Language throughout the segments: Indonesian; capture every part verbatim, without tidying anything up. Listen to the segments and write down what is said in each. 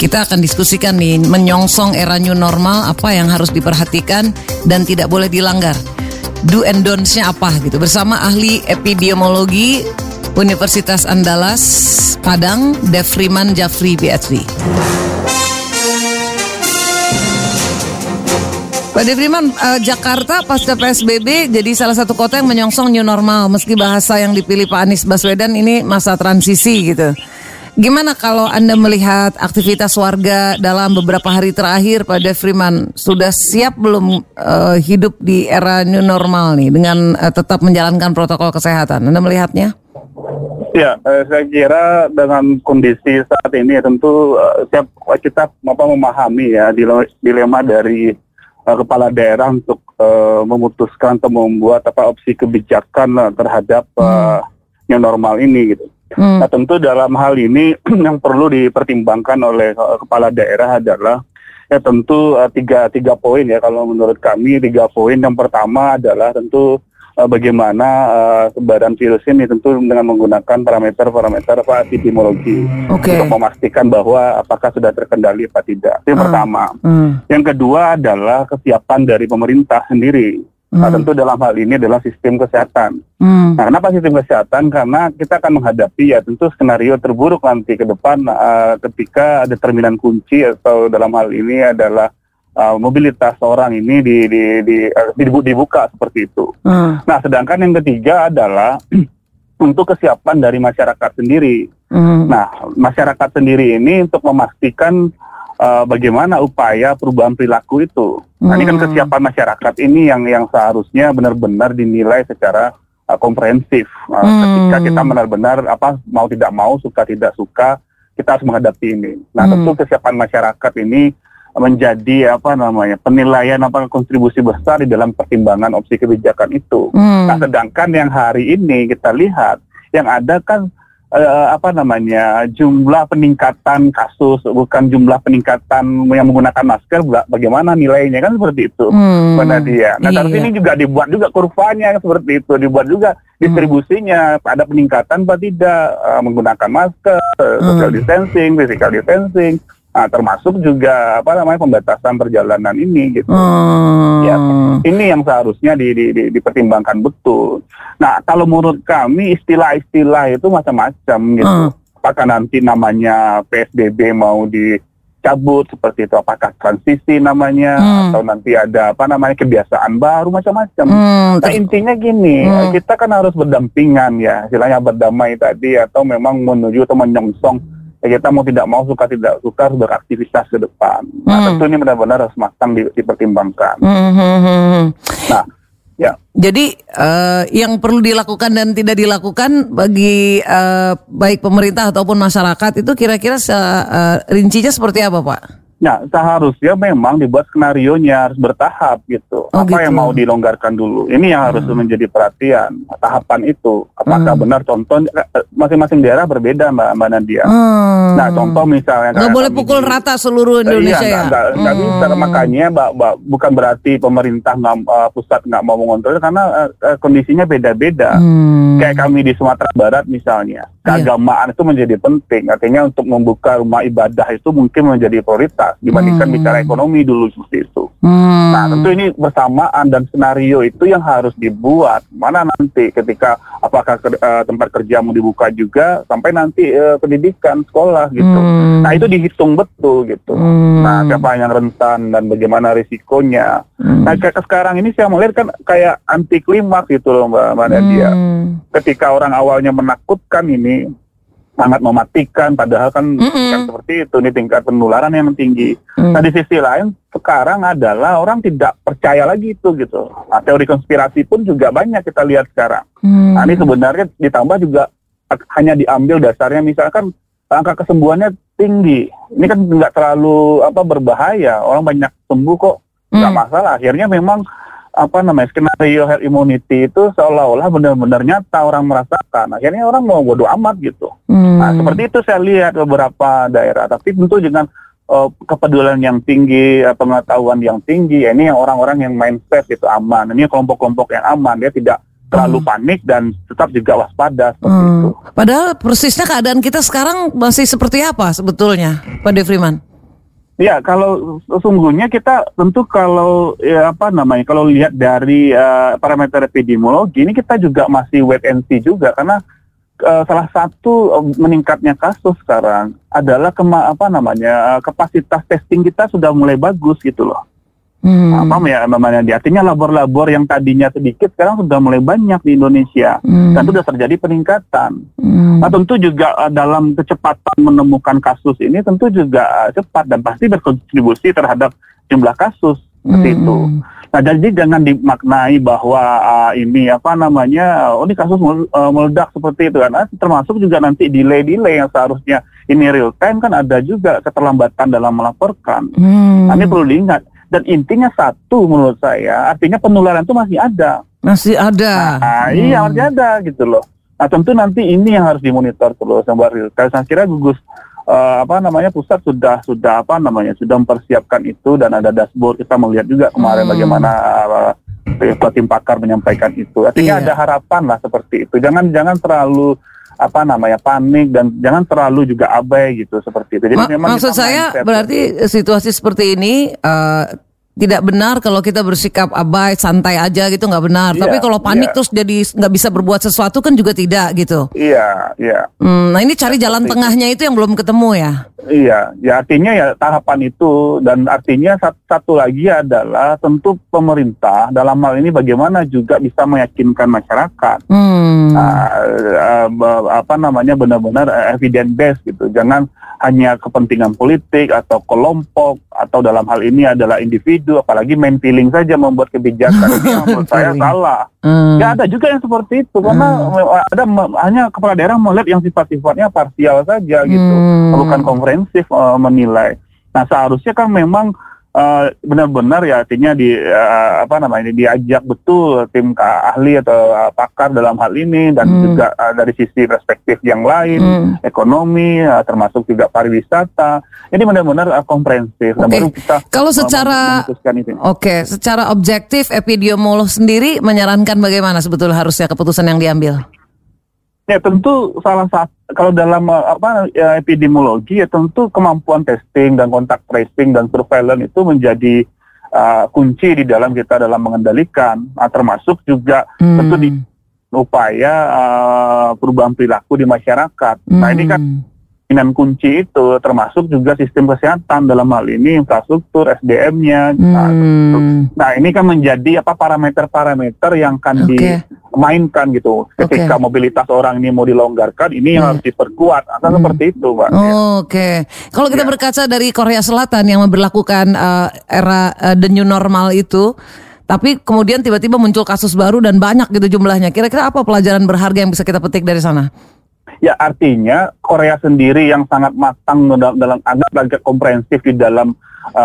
kita akan diskusikan nih menyongsong era new normal, apa yang harus diperhatikan dan tidak boleh dilanggar. Do and don'ts-nya apa gitu, bersama ahli epidemiologi Universitas Andalas Padang, Devriman Jafri P H D. Pak Devriman, uh, Jakarta pasca P S B B jadi salah satu kota yang menyongsong new normal, meski bahasa yang dipilih Pak Anies Baswedan ini masa transisi gitu. Gimana kalau Anda melihat aktivitas warga dalam beberapa hari terakhir, Pak Devriman? Sudah siap belum uh, hidup di era new normal nih dengan uh, tetap menjalankan protokol kesehatan? Anda melihatnya? Ya, eh, saya kira dengan kondisi saat ini tentu uh, siap kita apa, memahami ya dilema dari uh, kepala daerah untuk uh, memutuskan atau membuat apa opsi kebijakan uh, terhadap uh, new normal ini gitu. Hmm. Nah, tentu dalam hal ini yang perlu dipertimbangkan oleh uh, kepala daerah adalah ya tentu uh, tiga tiga poin ya, kalau menurut kami tiga poin. Yang pertama adalah tentu uh, bagaimana uh, sebaran virus ini tentu dengan menggunakan parameter-parameter apa epidemiologi okay. untuk memastikan bahwa apakah sudah terkendali atau tidak. Itu yang uh. pertama. Hmm. Yang kedua adalah kesiapan dari pemerintah sendiri. Nah, hmm. tentu dalam hal ini adalah sistem kesehatan. Hmm. Nah, kenapa sistem kesehatan? Karena kita akan menghadapi ya tentu skenario terburuk nanti ke depan uh, ketika determinan kunci atau dalam hal ini adalah uh, mobilitas orang ini di, di, di, uh, dibuka seperti itu. Hmm. Nah, sedangkan yang ketiga adalah untuk kesiapan dari masyarakat sendiri. Hmm. Nah, masyarakat sendiri ini untuk memastikan Uh, bagaimana upaya perubahan perilaku itu. Nah, hmm. ini kan kesiapan masyarakat ini yang yang seharusnya benar-benar dinilai secara uh, komprehensif. Uh, hmm. Ketika kita benar-benar apa mau tidak mau, suka tidak suka, kita harus menghadapi ini. Nah, hmm. tentu kesiapan masyarakat ini menjadi apa namanya penilaian apa kontribusi besar di dalam pertimbangan opsi kebijakan itu. Hmm. Nah, sedangkan yang hari ini kita lihat yang ada kan Uh, apa namanya jumlah peningkatan kasus, bukan jumlah peningkatan yang menggunakan masker, bagaimana nilainya kan seperti itu, hmm, Mbak Nadia. Nah, terus iya. ini juga dibuat juga kurvanya seperti itu, dibuat juga distribusinya, hmm. ada peningkatan atau tidak uh, menggunakan masker, hmm. social distancing, physical distancing. Nah, termasuk juga apa namanya pembatasan perjalanan ini gitu. Hmm. Ya, ini yang seharusnya di, di, di, dipertimbangkan betul. Nah, kalau menurut kami istilah-istilah itu macam-macam gitu. Hmm. Apakah nanti namanya P S B B mau dicabut seperti itu? Apakah transisi namanya hmm. atau nanti ada apa namanya kebiasaan baru macam-macam? Hmm. Nah, intinya gini, hmm. kita kan harus berdampingan ya, istilahnya berdamai tadi atau memang menuju atau menyongsong. Ya, kita mau tidak mau, suka tidak suka harus beraktivitas ke depan. Nah, hmm. tentu ini benar-benar harus matang di, dipertimbangkan. Hmm. Nah, ya. Jadi uh, yang perlu dilakukan dan tidak dilakukan bagi uh, baik pemerintah ataupun masyarakat itu kira-kira se, uh, rincinya seperti apa, Pak? Nah, seharusnya memang dibuat skenarionya harus bertahap gitu. Oh, apa gitu. Yang mau dilonggarkan dulu? Ini yang harus hmm. menjadi perhatian. Tahapan itu, apakah hmm. benar? Contoh masing-masing daerah berbeda, Mbak, Mbak Nadia. Hmm. Nah, contoh misalnya nggak boleh pukul di, rata seluruh Indonesia iya, ya. Nggak, hmm. nggak bisa. Makanya, Mbak, Mbak, bukan berarti pemerintah nggak uh, pusat nggak mau mengontrol karena uh, kondisinya beda-beda. Hmm. Kayak kami di Sumatera Barat misalnya, keagamaan yeah. itu menjadi penting. Artinya untuk membuka rumah ibadah itu mungkin menjadi prioritas dibandingkan hmm. bicara ekonomi dulu seperti itu. Hmm. Nah, tentu ini bersamaan dan skenario itu yang harus dibuat. Mana nanti ketika apakah ke, uh, tempat kerja mau dibuka juga sampai nanti uh, pendidikan sekolah gitu. Hmm. Nah, itu dihitung betul gitu. Hmm. Nah, siapa yang rentan dan bagaimana risikonya. Hmm. Nah, kayak sekarang ini saya melihat kan kayak anti klimaks gitu loh, Mbak, Mbak Nadia. Hmm. Ketika orang awalnya menakutkan ini sangat mematikan, padahal kan bukan seperti itu, ini tingkat penularan yang tinggi. Mm. Nah, di sisi lain sekarang adalah orang tidak percaya lagi itu gitu. Nah, teori konspirasi pun juga banyak kita lihat sekarang. Mm. Nah, ini sebenarnya ditambah juga hanya diambil dasarnya misalkan angka kesembuhannya tinggi. Ini kan nggak terlalu apa berbahaya, orang banyak sembuh kok, nggak mm. masalah. Akhirnya memang apa namanya skenario herd immunity itu seolah-olah benar-benar nyata orang merasakan. Akhirnya orang mau bodo amat gitu. Hmm. Nah, seperti itu saya lihat beberapa daerah. Tapi tentu dengan uh, kepedulian yang tinggi, uh, pengetahuan yang tinggi, ya ini yang orang-orang yang mindset itu aman. Ini kelompok-kelompok yang aman, dia tidak terlalu hmm. panik dan tetap juga waspada seperti hmm. itu. Padahal persisnya keadaan kita sekarang masih seperti apa sebetulnya, Pak Devriman? Ya, kalau sesungguhnya kita tentu kalau ya, apa namanya, kalau lihat dari uh, parameter epidemiologi ini kita juga masih wait and see juga karena uh, salah satu uh, meningkatnya kasus sekarang adalah kema, apa namanya uh, kapasitas testing kita sudah mulai bagus gitu loh. Hmm. Apa ya namanya? Artinya labor-labor yang tadinya sedikit sekarang sudah mulai banyak di Indonesia hmm. dan sudah terjadi peningkatan. Hmm. Nah, tentu juga uh, dalam kecepatan menemukan kasus ini tentu juga uh, cepat dan pasti berkontribusi terhadap jumlah kasus seperti hmm. itu. Nah, jadi jangan dimaknai bahwa uh, ini apa namanya, oh ini kasus meledak seperti itu kan. Nah, termasuk juga nanti delay-delay yang seharusnya ini real time kan ada juga keterlambatan dalam melaporkan. Hmm. Nah, ini perlu diingat. Dan intinya satu menurut saya, artinya penularan itu masih ada. Masih ada. Nah, hmm. iya masih ada gitu loh. Nah, tentu nanti ini yang harus dimonitor terus sampai real time. Saya kira gugus uh, apa namanya pusat sudah sudah apa namanya sudah mempersiapkan itu dan ada dashboard. Kita melihat juga kemarin hmm. bagaimana uh, tim pakar menyampaikan itu. Artinya iya. ada harapan lah seperti itu. Jangan jangan terlalu apa namanya panik dan jangan terlalu juga abai gitu seperti itu. Jadi Ma- memang maksud saya berarti situasi seperti ini uh, tidak benar kalau kita bersikap abai santai aja gitu, nggak benar. Iya, tapi kalau panik iya. terus jadi nggak bisa berbuat sesuatu kan juga tidak gitu. Iya, iya. Hmm, nah ini cari jalan Seperti tengahnya itu. itu yang belum ketemu ya. Iya, ya artinya ya tahapan itu dan artinya satu, satu lagi adalah tentu pemerintah dalam hal ini bagaimana juga bisa meyakinkan masyarakat. Hmm. Uh, uh, apa namanya benar-benar evidence based gitu. Jangan hanya kepentingan politik atau kelompok atau dalam hal ini adalah individu, apalagi main feeling saja membuat kebijakan. Ini menurut saya salah. Hmm. Ya ada juga yang seperti itu karena hmm. ada hanya kepala daerah melihat yang sifat-sifatnya parsial saja gitu, hmm. bukan komprehensif uh, menilai. Nah seharusnya kan memang Uh, benar-benar ya artinya di uh, apa namanya diajak betul tim ahli atau uh, pakar dalam hal ini dan hmm. juga uh, dari sisi perspektif yang lain, hmm. ekonomi uh, termasuk juga pariwisata. Ini benar-benar uh, komprehensif. Okay. Baru kita kalau secara uh, oke, okay, secara objektif epidemiolog sendiri menyarankan bagaimana sebetulnya harusnya keputusan yang diambil? Ya tentu salah satu kalau dalam apa ya, epidemiologi ya tentu kemampuan testing dan kontak tracing dan surveillance itu menjadi uh, kunci di dalam kita dalam mengendalikan, nah, termasuk juga hmm. tentu di upaya uh, perubahan perilaku di masyarakat. Hmm. Nah ini kan dengan kunci itu termasuk juga sistem kesehatan dalam hal ini infrastruktur S D M-nya. Hmm. Nah, nah ini kan menjadi apa parameter-parameter yang akan okay. dimainkan gitu. Ketika okay. mobilitas orang ini mau dilonggarkan, ini yang yeah. harus diperkuat. Atau hmm. seperti itu, Pak. Oh, Oke. Okay. Kalau kita yeah. berkaca dari Korea Selatan yang memberlakukan uh, era uh, the new normal itu, tapi kemudian tiba-tiba muncul kasus baru dan banyak gitu jumlahnya. Kira-kira apa pelajaran berharga yang bisa kita petik dari sana? Ya artinya Korea sendiri yang sangat matang dalam, dalam agak-agak komprehensif di dalam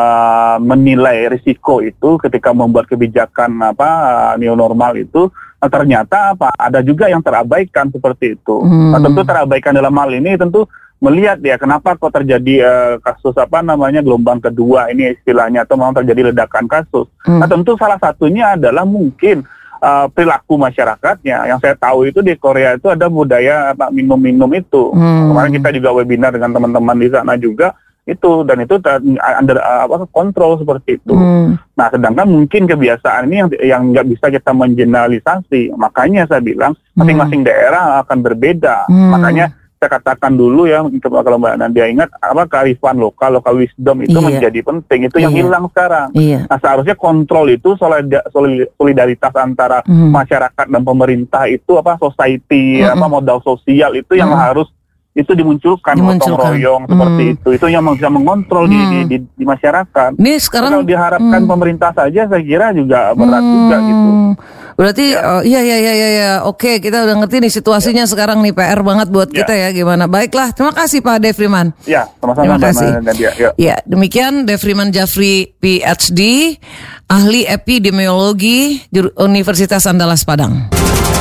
uh, menilai risiko itu ketika membuat kebijakan apa uh, new normal itu, nah, ternyata apa ada juga yang terabaikan seperti itu. Hmm. Nah, tentu terabaikan dalam hal ini tentu melihat ya kenapa kok terjadi uh, kasus apa namanya gelombang kedua ini istilahnya atau memang terjadi ledakan kasus. Hmm. Nah tentu salah satunya adalah mungkin Uh, perilaku masyarakatnya. Yang saya tahu itu di Korea itu ada budaya apa, minum-minum itu. Hmm. Kemarin kita juga webinar dengan teman-teman di sana juga itu dan itu under uh, apa kontrol seperti itu. Hmm. Nah, sedangkan mungkin kebiasaan ini yang yang nggak bisa kita mengeneralisasi. Makanya saya bilang masing-masing hmm. daerah akan berbeda. Hmm. Makanya saya katakan dulu ya, kalau Mbak Nadia ingat, apa kearifan lokal, local wisdom itu iya. menjadi penting. Itu iya. yang hilang sekarang. Iya. Nah seharusnya kontrol itu solidaritas antara hmm. masyarakat dan pemerintah itu apa society, hmm. apa modal sosial itu yang hmm. harus itu dimunculkan, gotong royong hmm. seperti itu. Itu yang bisa mengontrol hmm. di, di, di, di masyarakat. Ini sekarang kalau diharapkan hmm. pemerintah saja, saya kira juga berat hmm. juga gitu. Berarti, ya. oh, iya, iya, iya, iya, oke, kita udah ngerti nih situasinya ya. Sekarang nih P R banget buat ya. kita ya, gimana. Baiklah, terima kasih Pak Devriman. Ya, sama-sama. Terima kasih. Nadia, ya. ya, demikian Devriman Jafri P H D, ahli epidemiologi Universitas Andalas Padang.